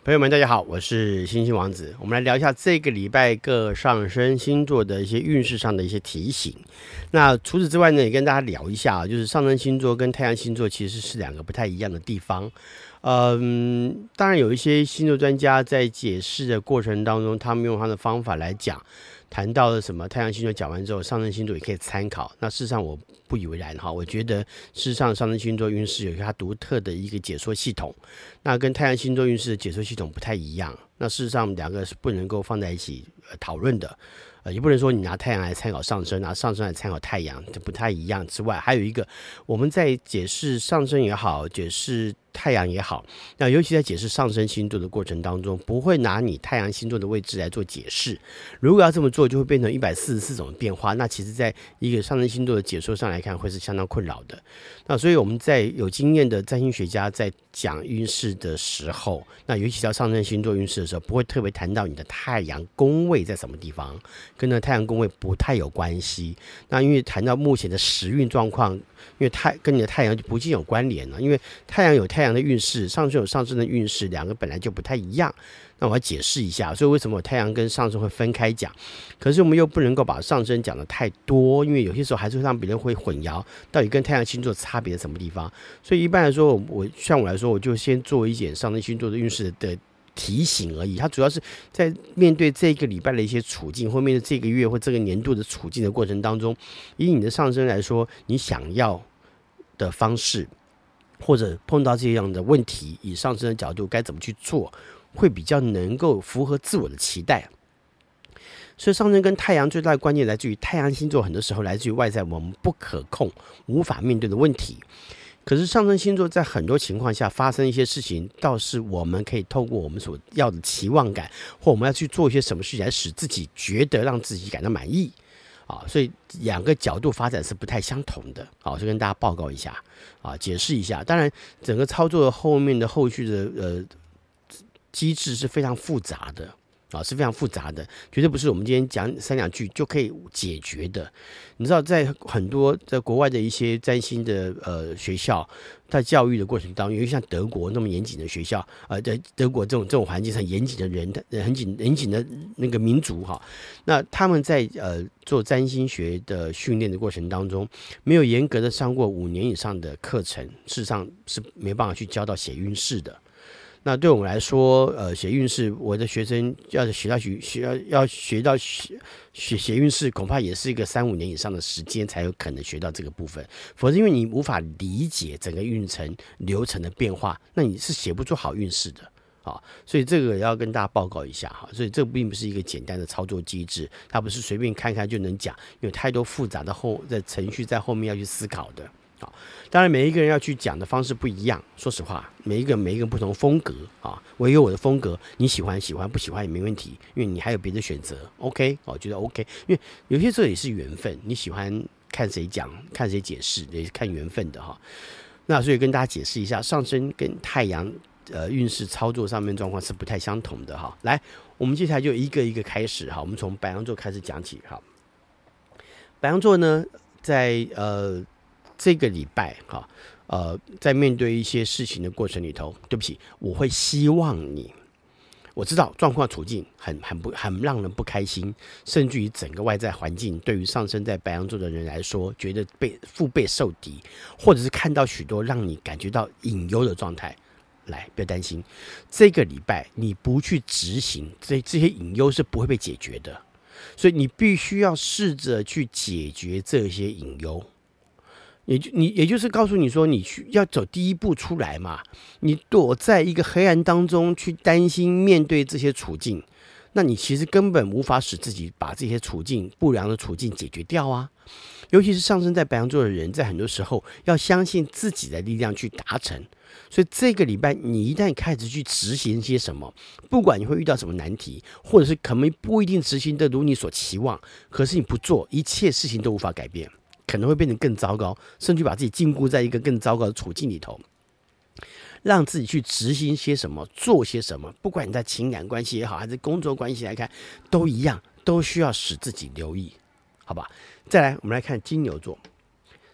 朋友们，大家好，我是星星王子。我们来聊一下这个礼拜各上升星座的一些运势上的一些提醒。那除此之外呢，也跟大家聊一下，就是上升星座跟太阳星座其实是两个不太一样的地方。当然有一些星座专家在解释的过程当中，他们用他的方法来讲，谈到了什么太阳星座讲完之后，上升星座也可以参考。那事实上我不以为然哈，我觉得事实上上升星座运势有它独特的一个解说系统，那跟太阳星座运势的解说系统不太一样。那事实上两个是不能够放在一起讨论的。也不能说你拿太阳来参考上升，拿上升来参考太阳，这不太一样。之外，还有一个，我们在解释上升也好，解释太阳也好，那尤其在解释上升星座的过程当中，不会拿你太阳星座的位置来做解释。如果要这么做，就会变成144种变化。那其实在一个上升星座的解说上来看，会是相当困扰的。那所以我们在有经验的占星学家在讲运势的时候，那尤其到上升星座运势的时候，不会特别谈到你的太阳宫位在什么地方，跟那太阳宫位不太有关系。那因为谈到目前的时运状况，因为跟你的太阳就不尽有关联了，因为太阳有太阳的运势，上升有上升的运势，两个本来就不太一样。那我要解释一下，所以为什么太阳跟上升会分开讲？可是我们又不能够把上升讲的太多，因为有些时候还是会让别人会混淆到底跟太阳星座差别在什么地方。所以一般来说，像我来说，我就先做一点上升星座的运势的提醒而已。它主要是在面对这个礼拜的一些处境，或面对这个月或这个年度的处境的过程当中，以你的上升来说，你想要的方式，或者碰到这样的问题，以上升的角度该怎么去做，会比较能够符合自我的期待。所以上升跟太阳最大的关键来自于太阳星座，很多时候来自于外在我们不可控、无法面对的问题。可是上升星座在很多情况下发生一些事情，倒是我们可以透过我们所要的期望感，或我们要去做一些什么事情来使自己觉得让自己感到满意。所以两个角度发展是不太相同的。就跟大家报告一下，解释一下。当然，整个操作后面的后续的机制是非常复杂的。是非常复杂的，绝对不是我们今天讲三两句就可以解决的。你知道，在很多在国外的一些占星的学校，在教育的过程当中，尤其像德国那么严谨的学校，在德国这种环境上严谨的人，很严谨的那个民族哈，那他们在做占星学的训练的过程当中，没有严格的上过5年以上的课程，事实上是没办法去教到写运势的。那对我们来说，写运势，我的学生要学到写运势，恐怕也是一个3-5年以上的时间才有可能学到这个部分。否则，因为你无法理解整个运程流程的变化，那你是写不出好运势的。所以这个要跟大家报告一下哈。所以这并不是一个简单的操作机制，它不是随便看看就能讲，有太多复杂的程序在后面要去思考的。当然每一个人要去讲的方式不一样，说实话，每一个不同风格我有我的风格，你喜欢不喜欢也没问题，因为你还有别的选择 OK 觉得 OK， 因为有些时候也是缘分，你喜欢看谁讲看谁解释也是看缘分的那所以跟大家解释一下，上升跟太阳运势操作上面状况是不太相同的来，我们接下来就一个一个开始我们从白羊座开始讲起白羊座呢，在这个礼拜在面对一些事情的过程里头，对不起，我会希望你，我知道状况处境很让人不开心，甚至于整个外在环境对于上升在白羊座的人来说，觉得腹背受敌，或者是看到许多让你感觉到隐忧的状态。来，不要担心，这个礼拜你不去执行，这些隐忧是不会被解决的，所以你必须要试着去解决这些隐忧。也就是告诉你说，你要走第一步出来嘛。你躲在一个黑暗当中去担心面对这些处境，那你其实根本无法使自己把这些不良的处境解决掉啊。尤其是上升在白羊座的人，在很多时候要相信自己的力量去达成。所以这个礼拜你一旦开始去执行些什么，不管你会遇到什么难题，或者是可能不一定执行得如你所期望，可是你不做，一切事情都无法改变，可能会变得更糟糕，甚至把自己禁锢在一个更糟糕的处境里头。让自己去执行些什么，做些什么，不管你在情感关系也好，还是工作关系来看，都一样，都需要使自己留意，好吧？再来，我们来看金牛座。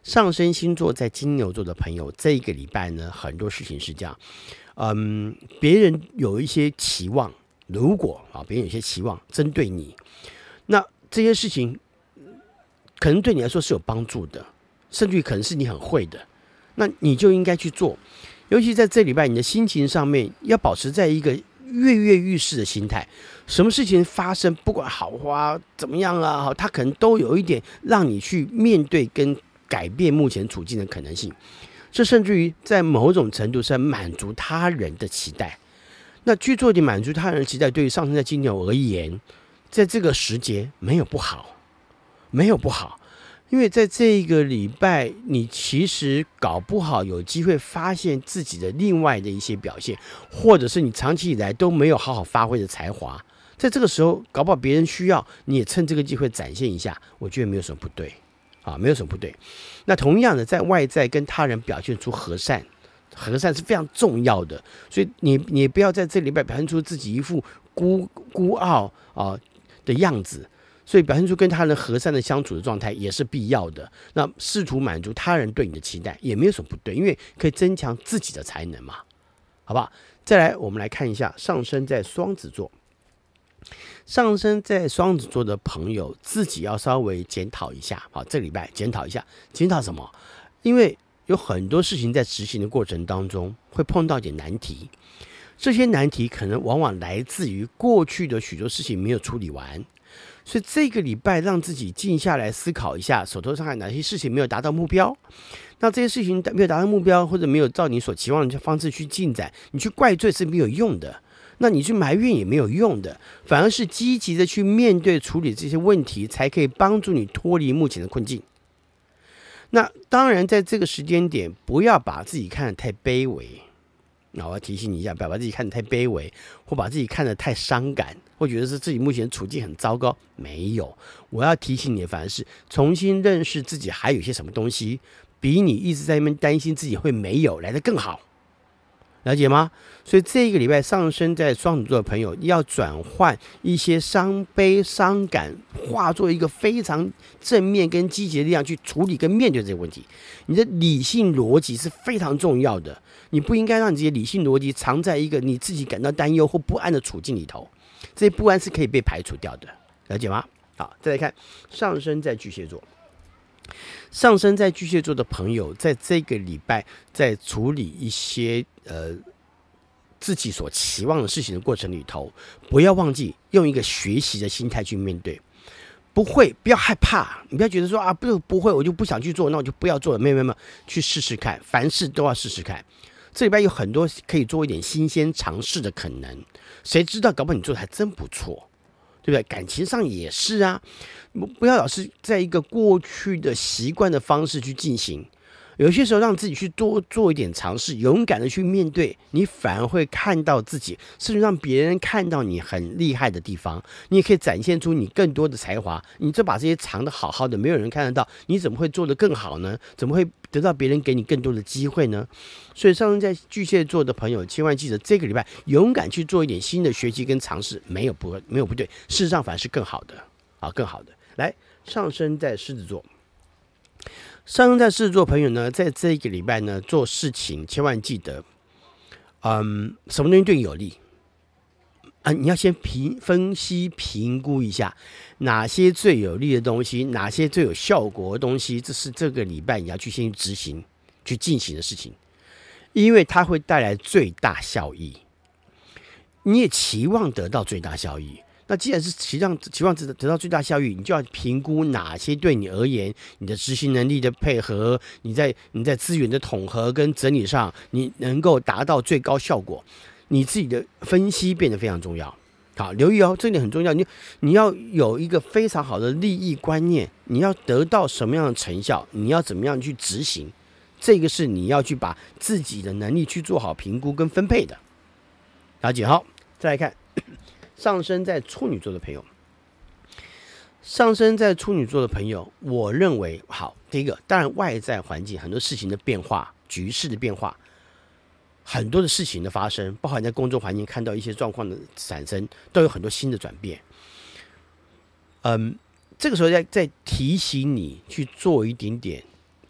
上升星座在金牛座的朋友，这一个礼拜呢，很多事情是这样，别人有一些期望，如果别人有一些期望针对你，那这些事情可能对你来说是有帮助的，甚至于可能是你很会的，那你就应该去做。尤其在这礼拜，你的心情上面要保持在一个跃跃欲试的心态，什么事情发生，不管好花怎么样啊，它可能都有一点让你去面对跟改变目前处境的可能性。这甚至于在某种程度上满足他人的期待。那去做一点满足他人的期待，对于上升在金牛而言，在这个时节没有不好，没有不好。因为在这一个礼拜，你其实搞不好有机会发现自己的另外的一些表现，或者是你长期以来都没有好好发挥的才华，在这个时候搞不好别人需要，你也趁这个机会展现一下，我觉得没有什么不对没有什么不对。那同样的，在外在跟他人表现出和善，和善是非常重要的，所以你不要在这礼拜表现出自己一副孤傲的样子。所以表现出跟他人和善的相处的状态也是必要的。那试图满足他人对你的期待也没有什么不对，因为可以增强自己的才能嘛，好不好？再来，我们来看一下上升在双子座。上升在双子座的朋友自己要稍微检讨一下，这个礼拜检讨一下，检讨什么？因为有很多事情在执行的过程当中会碰到一点难题，这些难题可能往往来自于过去的许多事情没有处理完。所以这个礼拜让自己静下来思考一下，手头上还有哪些事情没有达到目标。那这些事情没有达到目标，或者没有照你所期望的方式去进展，你去怪罪是没有用的，那你去埋怨也没有用的，反而是积极的去面对处理这些问题，才可以帮助你脱离目前的困境。那当然在这个时间点，不要把自己看得太卑微。那我要提醒你一下，不要把自己看得太卑微，或把自己看得太伤感，或觉得是自己目前处境很糟糕。没有，我要提醒你的反而是重新认识自己还有一些什么东西，比你一直在那边担心自己会没有来得更好。了解吗？所以这个礼拜上升在双子座的朋友要转换一些伤悲伤感，化作一个非常正面跟积极的力量去处理跟面对这个问题。你的理性逻辑是非常重要的，你不应该让你这些理性逻辑藏在一个你自己感到担忧或不安的处境里头，这些不安是可以被排除掉的。了解吗？好，再来看上升在巨蟹座。上升在巨蟹座的朋友，在这个礼拜在处理一些自己所期望的事情的过程里头，不要忘记用一个学习的心态去面对。不会，不要害怕，你不要觉得说不会，我就不想去做，那我就不要做了。没有，去试试看，凡事都要试试看。这礼拜有很多可以做一点新鲜尝试的可能，谁知道搞不好你做的还真不错。对不对？感情上也是啊，不要老是在一个过去的习惯的方式去进行，有些时候让自己去多做一点尝试，勇敢的去面对，你反而会看到自己，甚至让别人看到你很厉害的地方，你也可以展现出你更多的才华。你就把这些藏得好好的，没有人看得到，你怎么会做得更好呢？怎么会得到别人给你更多的机会呢？所以上升在巨蟹座的朋友，千万记得这个礼拜勇敢去做一点新的学习跟尝试，没有不对，事实上反而是更好的更好的。来，上升在狮子座。上升在狮子座朋友呢，在这一个礼拜呢，做事情千万记得，什么东西对你有利你要先分析评估一下哪些最有利的东西，哪些最有效果的东西，这是这个礼拜你要去先执行去进行的事情，因为它会带来最大效益，你也期望得到最大效益。那既然是期望得到最大效益，你就要评估哪些对你而言，你的执行能力的配合，你在资源的统合跟整理上，你能够达到最高效果。你自己的分析变得非常重要。好，留意这点很重要。你要有一个非常好的利益观念，你要得到什么样的成效，你要怎么样去执行，这个是你要去把自己的能力去做好评估跟分配的。了解好，再来看。上升在处女座的朋友，上升在处女座的朋友，我认为好，第一个，当然外在环境很多事情的变化，局势的变化，很多的事情的发生，包含在工作环境看到一些状况的产生，都有很多新的转变。这个时候在提醒你去做一点点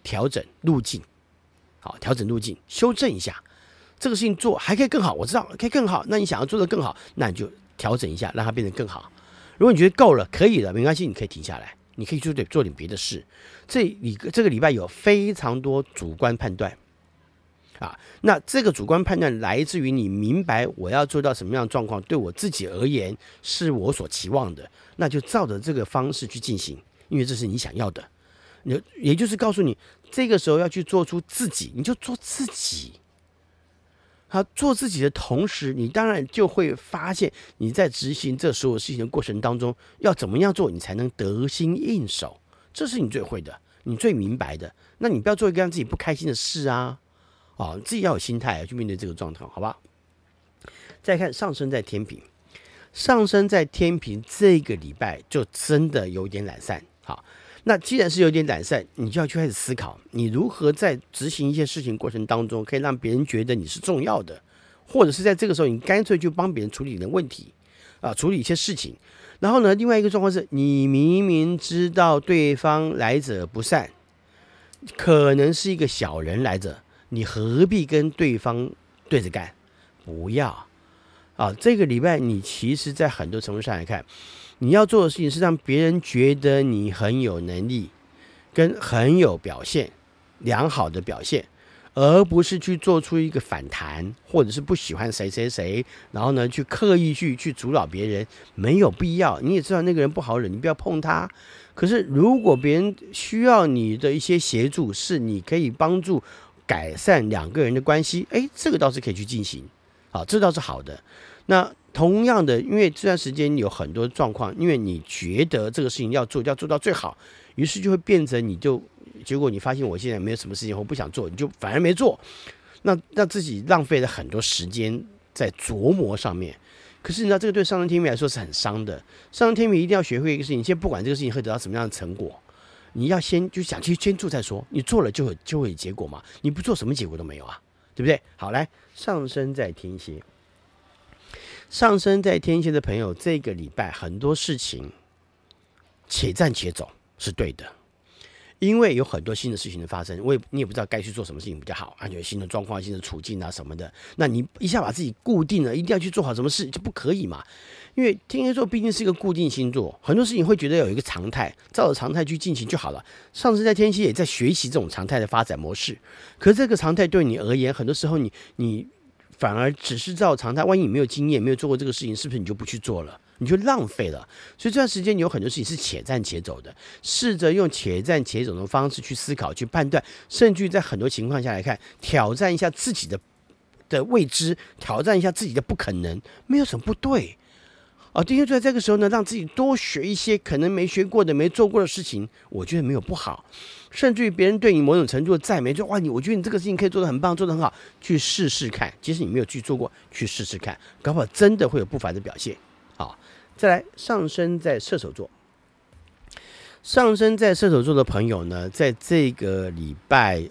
调整路径，好，调整路径，修正一下。这个事情做还可以更好，我知道可以更好，那你想要做得更好，那你就调整一下，让它变得更好。如果你觉得够了，可以了，没关系，你可以停下来，你可以做点别的事。这个礼拜有非常多主观判断啊，那这个主观判断来自于你明白我要做到什么样的状况，对我自己而言是我所期望的，那就照着这个方式去进行，因为这是你想要的。也就是告诉你，这个时候要去做出自己，你就做自己。好，做自己的同时，你当然就会发现你在执行这所有事情的过程当中，要怎么样做，你才能得心应手。这是你最会的，你最明白的。那你不要做一个让自己不开心的事啊！自己要有心态去面对这个状况，好吧？再看上升在天秤，上升在天秤这个礼拜就真的有点懒散。好。那既然是有点懒散，你就要去开始思考，你如何在执行一些事情过程当中，可以让别人觉得你是重要的，或者是在这个时候，你干脆就帮别人处理你的问题处理一些事情。然后呢，另外一个状况是，你明明知道对方来者不善，可能是一个小人来者，你何必跟对方对着干？不要这个礼拜你其实在很多程度上来看，你要做的事情是让别人觉得你很有能力，跟很有表现，良好的表现，而不是去做出一个反弹，或者是不喜欢谁谁谁，然后呢去刻意去阻扰别人，没有必要。你也知道那个人不好惹，你不要碰他。可是如果别人需要你的一些协助，是你可以帮助改善两个人的关系，这个倒是可以去进行，这倒是好的。那同样的，因为这段时间有很多状况，因为你觉得这个事情要做到最好，于是就会变成结果你发现我现在没有什么事情，我不想做，你就反而没做，那让自己浪费了很多时间在琢磨上面。可是你知道，这个对上升天秤来说是很伤的。上升天秤一定要学会一个事情，先不管这个事情会得到什么样的成果，你要先就想去先做再说，你做了就会有结果嘛，你不做什么结果都没有啊，对不对？好，来，上升在天蝎。上升在天蝎的朋友，这个礼拜很多事情且战且走是对的，因为有很多新的事情的发生，你也不知道该去做什么事情比较好，有新的状况、新的处境什么的，那你一下把自己固定了，一定要去做好什么事就不可以嘛。因为天蝎座毕竟是一个固定星座，很多事情会觉得有一个常态，照着常态去进行就好了。上升在天蝎也在学习这种常态的发展模式，可是这个常态对你而言，很多时候你反而只是照常态，万一你没有经验，没有做过这个事情，是不是你就不去做了？你就浪费了。所以这段时间你有很多事情是且战且走的，试着用且战且走的方式去思考、去判断，甚至在很多情况下来看，挑战一下自己的未知，挑战一下自己的不可能，没有什么不对。天蝎座在这个时候呢，让自己多学一些可能没学过的、没做过的事情，我觉得没有不好。甚至于别人对你某种程度的赞美，就哇，我觉得你这个事情可以做得很棒，做得很好，去试试看。即使你没有去做过，去试试看，搞不好真的会有不凡的表现。好，再来，上升在射手座。上升在射手座的朋友呢，在这个礼拜，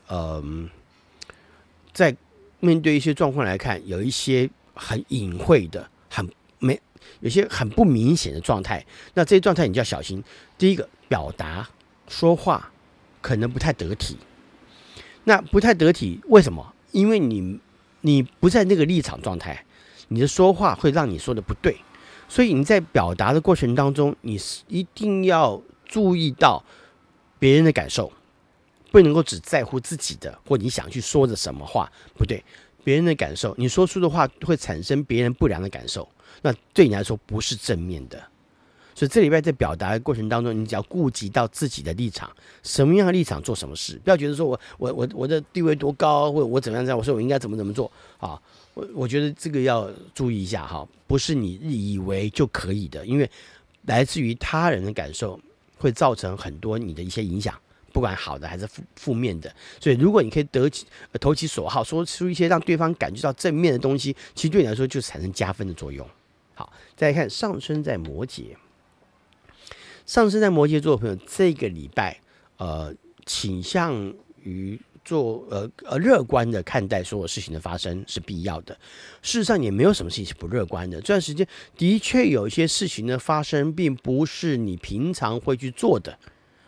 在面对一些状况来看，有一些很隐晦的、有些很不明显的状态。那这些状态你就要小心。第一个，表达说话可能不太得体。那不太得体，为什么？因为你不在那个立场状态，你的说话会让你说的不对。所以你在表达的过程当中，你一定要注意到别人的感受，不能够只在乎自己的，或你想去说的什么话，不对。别人的感受，你说出的话会产生别人不良的感受，那对你来说不是正面的。所以这礼拜在表达的过程当中，你只要顾及到自己的立场，什么样的立场做什么事，不要觉得说我的地位多高，或者我怎么样，我说我应该怎么做啊？我觉得这个要注意一下哈，不是你以为就可以的，因为来自于他人的感受会造成很多你的一些影响。不管好的还是负面的，所以如果你可以投其所好，说出一些让对方感觉到正面的东西，其实对你来说就产生加分的作用。好，再来看上升在摩羯。上升在摩羯座的朋友，这个礼拜倾向于做乐观的看待所有事情的发生是必要的。事实上也没有什么事情是不乐观的。这段时间的确有一些事情的发生，并不是你平常会去做的。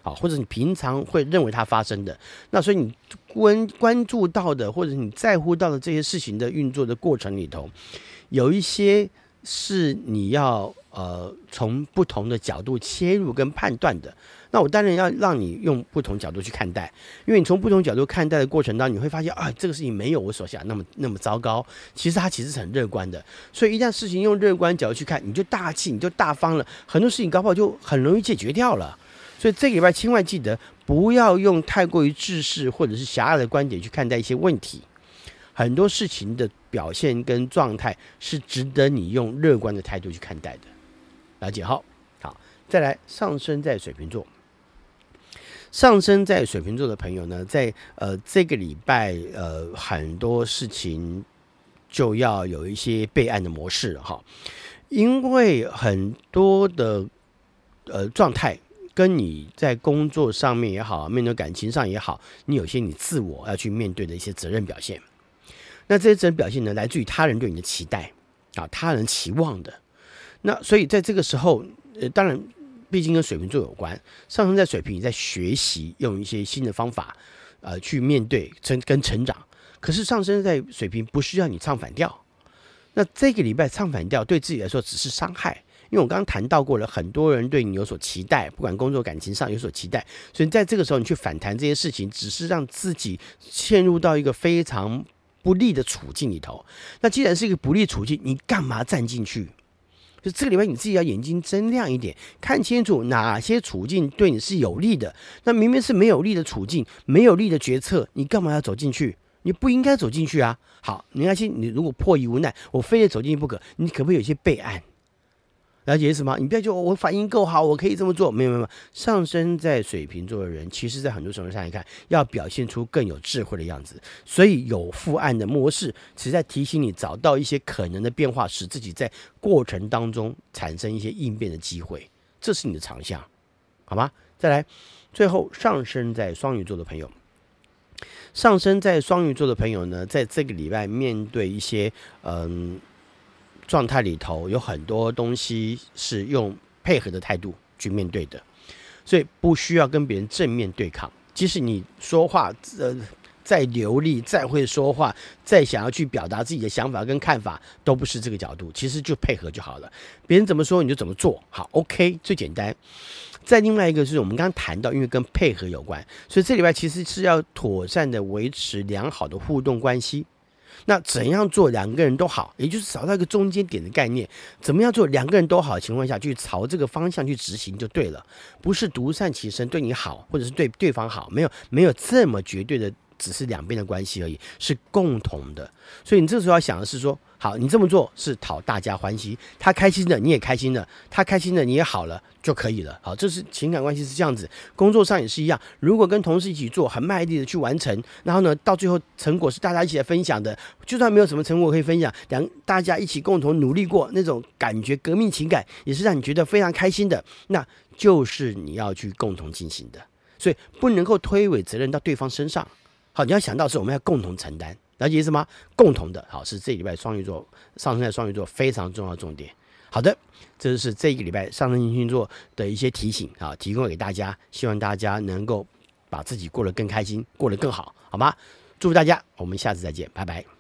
好，或者你平常会认为它发生的，那所以你关注到的或者你在乎到的这些事情的运作的过程里头，有一些是你要从不同的角度切入跟判断的。那我当然要让你用不同角度去看待，因为你从不同角度看待的过程当中，你会发现这个事情没有我所想那么糟糕，其实它其实是很乐观的。所以一旦事情用乐观角度去看，你就大气，你就大方了，很多事情搞不好就很容易解决掉了。所以这个礼拜千万记得不要用太过于制式或者是狭隘的观点去看待一些问题，很多事情的表现跟状态是值得你用乐观的态度去看待的。了解好，再来上升在水瓶座。上升在水瓶座的朋友呢，在这个礼拜很多事情就要有一些备案的模式哈，因为很多的状态跟你在工作上面也好，面对感情上也好，你有些你自我要去面对的一些责任表现。那这些责任表现呢，来自于他人对你的期待他人期望的。那所以在这个时候，当然。毕竟跟水瓶座有关，上升在水瓶，你在学习用一些新的方法，去面对跟成长。可是上升在水瓶不需要你唱反调，那这个礼拜唱反调对自己来说只是伤害，因为我刚刚谈到过了，很多人对你有所期待，不管工作感情上有所期待，所以在这个时候你去反弹这些事情，只是让自己陷入到一个非常不利的处境里头。那既然是一个不利处境，你干嘛站进去？就这个礼拜你自己要眼睛睁亮一点，看清楚哪些处境对你是有利的。那明明是没有利的处境，没有利的决策，你干嘛要走进去？你不应该走进去啊。好，没关系，你如果迫于无奈，我非得走进去不可，你可不可以有一些备案？了解什么？你不要觉得我反应够好，我可以这么做。没有，上升在水瓶座的人，其实在很多程度上来看，要表现出更有智慧的样子。所以有负案的模式，其实在提醒你找到一些可能的变化，使自己在过程当中产生一些应变的机会。这是你的长项，好吗？再来，最后上升在双鱼座的朋友。上升在双鱼座的朋友呢，在这个礼拜面对一些状态里头，有很多东西是用配合的态度去面对的，所以不需要跟别人正面对抗。即使你说话再流利，再会说话，再想要去表达自己的想法跟看法，都不是这个角度，其实就配合就好了。别人怎么说你就怎么做，好 OK， 最简单。再另外一个是我们刚刚谈到，因为跟配合有关，所以这礼拜其实是要妥善的维持良好的互动关系。那怎样做两个人都好，也就是找到一个中间点的概念，怎么样做两个人都好的情况下，去朝这个方向去执行就对了，不是独善其身，对你好或者是对对方好，没有这么绝对的，只是两边的关系而已，是共同的。所以你这时候要想的是说，好，你这么做是讨大家欢喜，他开心的你也开心的，他开心的你也好了就可以了。好，这是情感关系是这样子，工作上也是一样。如果跟同事一起做，很卖力的去完成，然后呢，到最后成果是大家一起来分享的，就算没有什么成果可以分享，大家一起共同努力过，那种感觉，革命情感也是让你觉得非常开心的，那就是你要去共同进行的。所以不能够推诿责任到对方身上。好，你要想到是我们要共同承担，了解意思吗？共同的，好，是这礼拜双鱼座上升在双鱼座非常重要的重点。好的，这就是这一个礼拜上升星座的一些提醒啊，提供给大家，希望大家能够把自己过得更开心，过得更好，好吗？祝福大家，我们下次再见，拜拜。